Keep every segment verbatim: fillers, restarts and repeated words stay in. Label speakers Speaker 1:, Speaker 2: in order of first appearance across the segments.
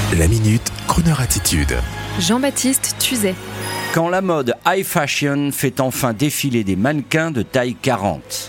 Speaker 1: La Minute, Crooner Attitude.
Speaker 2: Jean-Baptiste Tuzet.
Speaker 3: Quand la mode high fashion fait enfin défiler des mannequins de taille quarante.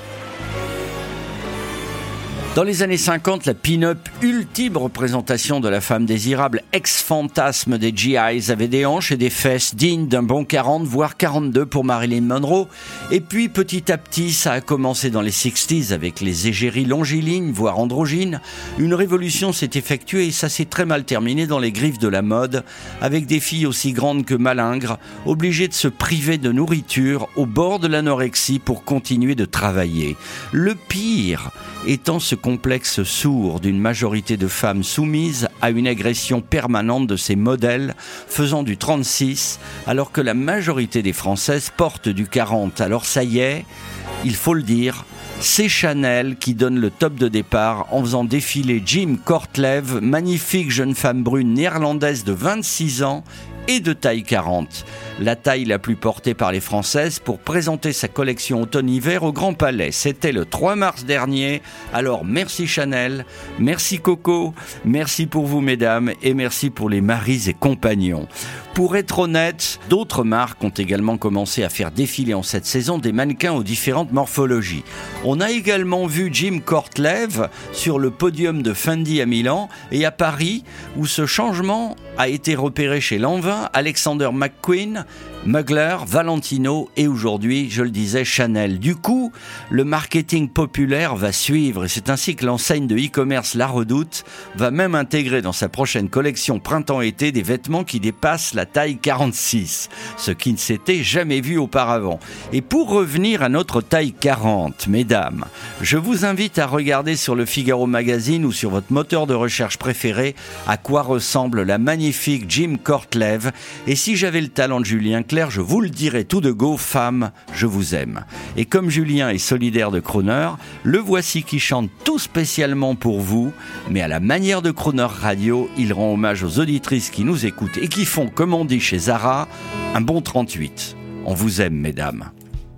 Speaker 3: Dans les années cinquante, la pin-up, ultime représentation de la femme désirable, ex-fantasme des G Is, avait des hanches et des fesses dignes d'un bon quarante, voire quarante-deux pour Marilyn Monroe. Et puis, petit à petit, ça a commencé dans les sixties avec les égéries longilignes, voire androgynes. Une révolution s'est effectuée et ça s'est très mal terminé dans les griffes de la mode, avec des filles aussi grandes que malingres, obligées de se priver de nourriture au bord de l'anorexie pour continuer de travailler. Le pire étant ce complexe sourd d'une majorité de femmes soumises à une agression permanente de ces modèles faisant du trente-six, alors que la majorité des Françaises portent du quarante. Alors ça y est, il faut le dire, c'est Chanel qui donne le top de départ en faisant défiler Jim Kortlev, magnifique jeune femme brune néerlandaise de vingt-six ans et de taille quarante. La taille la plus portée par les Françaises pour présenter sa collection automne-hiver au Grand Palais. C'était le trois mars dernier. Alors merci Chanel, merci Coco, merci pour vous mesdames et merci pour les maris et compagnons. Pour être honnête, d'autres marques ont également commencé à faire défiler en cette saison des mannequins aux différentes morphologies. On a également vu Jim Kortlev sur le podium de Fendi à Milan et à Paris, où ce changement a été repéré chez Lanvin, Alexander McQueen, Mugler, Valentino et aujourd'hui, je le disais, Chanel. Du coup, le marketing populaire va suivre et c'est ainsi que l'enseigne de e-commerce La Redoute va même intégrer dans sa prochaine collection printemps-été des vêtements qui dépassent la taille quarante-six, ce qui ne s'était jamais vu auparavant. Et pour revenir à notre taille quarante, mesdames, je vous invite à regarder sur le Figaro Magazine ou sur votre moteur de recherche préféré à quoi ressemble la magnifique Jim Kortlev. Et si j'avais le talent de Julien Clerc, je vous le dirais tout de go, femme, je vous aime. Et comme Julien est solidaire de Crooner, le voici qui chante tout spécialement pour vous, mais à la manière de Crooner Radio, il rend hommage aux auditrices qui nous écoutent et qui font, comme on dit chez Zara, un bon trente-huit. On vous aime, mesdames.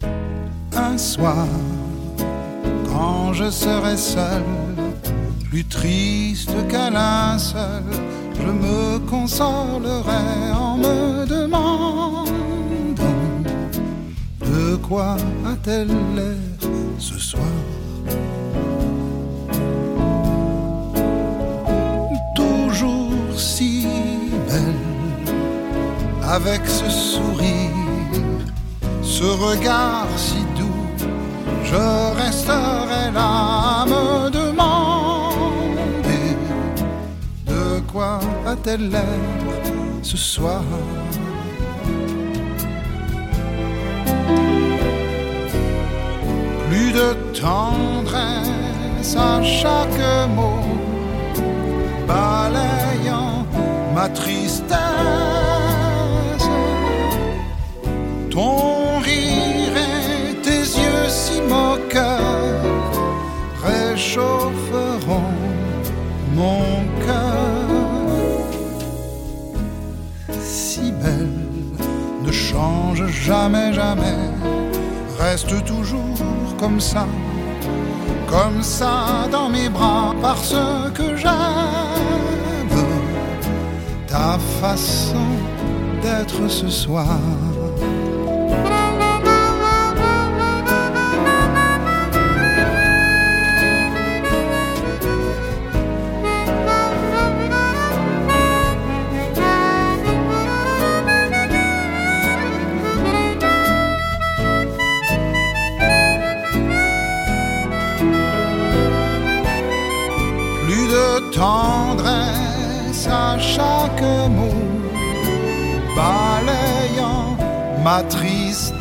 Speaker 4: Un soir, quand je serai seul, plus triste qu'un linceul, je me consolerai en me demandant de quoi a-t-elle l'air ce soir. Toujours si belle, avec ce sourire, ce regard si doux, je resterai là à me demander de quoi a-t-elle l'air ce soir. Plus de tendresse à chaque mot, balayant ma tristesse. Ton rire et tes yeux si moqueurs réchaufferont mon cœur. Si belle, ne change jamais, jamais, reste toujours comme ça, comme ça dans mes bras, parce que j'aime ta façon d'être ce soir. Tendresse à chaque mot, balayant ma tristesse.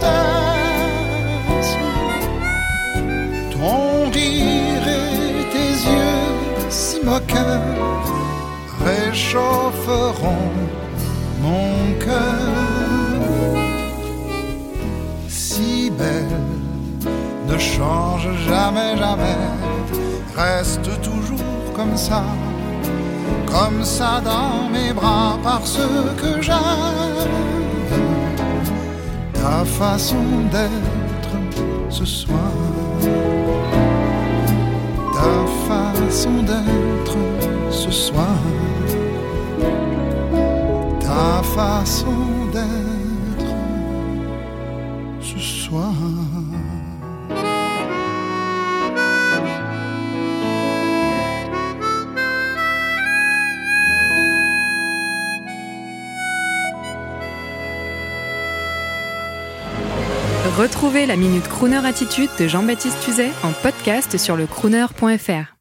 Speaker 4: Ton rire et tes yeux si moqueurs réchaufferont mon cœur. Si belle, ne change jamais, jamais, reste toujours comme ça, comme ça dans mes bras, parce que j'aime ta façon d'être ce soir. Ta façon d'être ce soir. ma façon d'être ce soir.
Speaker 2: Retrouvez la Minute Crooner Attitude de Jean-Baptiste Tuzet en podcast sur le crooner point f r.